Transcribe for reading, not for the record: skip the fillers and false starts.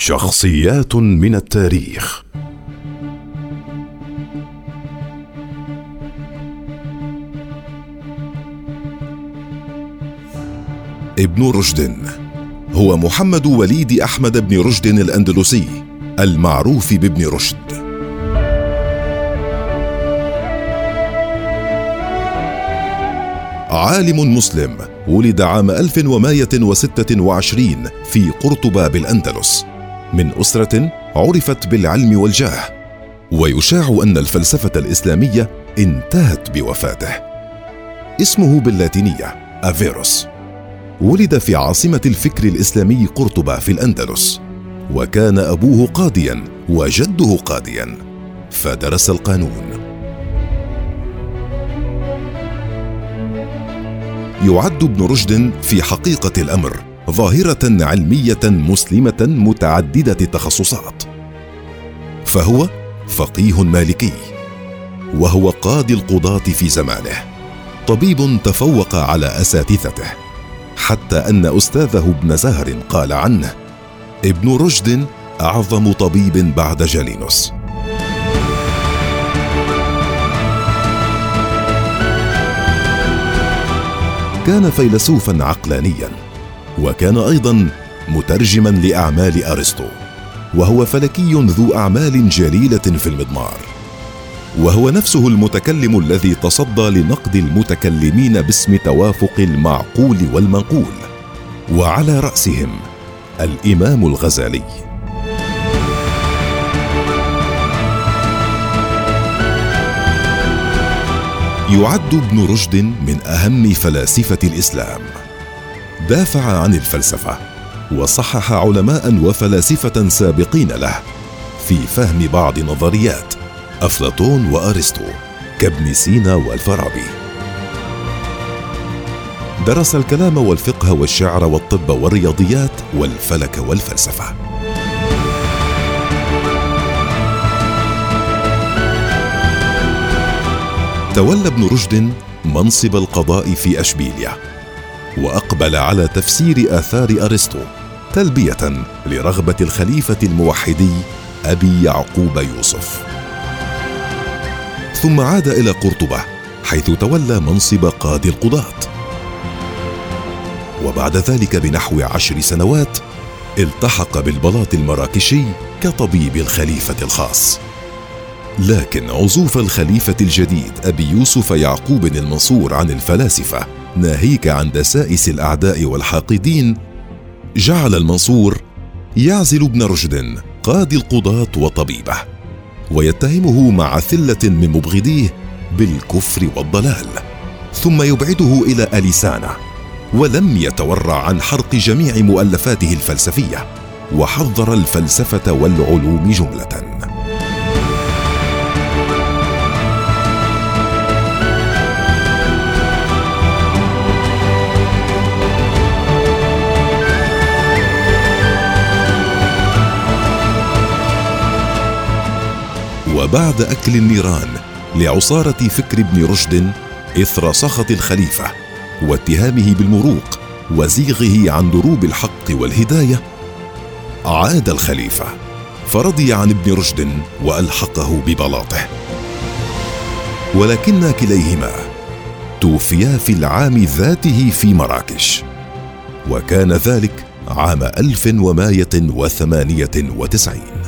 شخصيات من التاريخ. ابن رشد هو محمد وليد أحمد بن رشد الأندلسي المعروف بابن رشد. عالم مسلم، ولد عام 1126 في قرطبة بالأندلس، من أسرة عرفت بالعلم والجاه، ويشاع أن الفلسفة الإسلامية انتهت بوفاته. اسمه باللاتينية أفيروس. ولد في عاصمة الفكر الإسلامي قرطبة في الأندلس، وكان أبوه قاضيا وجده قاضيا، فدرس القانون. يعد ابن رشد في حقيقة الأمر ظاهرة علمية مسلمة متعددة التخصصات، فهو فقيه مالكي، وهو قاضي القضاة في زمانه، طبيب تفوق على أساتذته، حتى أن أستاذه ابن زهر قال عنه: ابن رشد أعظم طبيب بعد جالينوس. كان فيلسوفا عقلانيا، وكان أيضا مترجما لأعمال أرسطو، وهو فلكي ذو أعمال جليلة في المضمار، وهو نفسه المتكلم الذي تصدى لنقد المتكلمين باسم توافق المعقول والمنقول، وعلى رأسهم الإمام الغزالي. يعد ابن رشد من أهم فلاسفة الإسلام. دافع عن الفلسفة، وصحح علماء وفلاسفة سابقين له في فهم بعض نظريات أفلاطون وأرسطو كابن سينا والفارابي. درس الكلام والفقه والشعر والطب والرياضيات والفلك والفلسفة. تولى ابن رشد منصب القضاء في أشبيلية، وأقبل على تفسير آثار أرسطو تلبية لرغبة الخليفة الموحدي أبي يعقوب يوسف. ثم عاد إلى قرطبة، حيث تولى منصب قاضي القضاة، وبعد ذلك بنحو 10 سنوات التحق بالبلاط المراكشي كطبيب الخليفة الخاص. لكن عزوف الخليفة الجديد أبي يوسف يعقوب المنصور عن الفلاسفة، ناهيك عن دسائس الأعداء والحاقدين، جعل المنصور يعزل ابن رشد قاضي القضاة وطبيبه، ويتهمه مع ثلة من مبغضيه بالكفر والضلال، ثم يبعده إلى أليسانة، ولم يتورع عن حرق جميع مؤلفاته الفلسفية، وحضر الفلسفة والعلوم جملة. وبعد أكل النيران لعصارة فكر ابن رشد إثر سخط الخليفة واتهامه بالمروق وزيغه عن دروب الحق والهداية، عاد الخليفة فرضي عن ابن رشد وألحقه ببلاطه، ولكن كليهما توفيا في العام ذاته في مراكش، وكان ذلك عام 1198.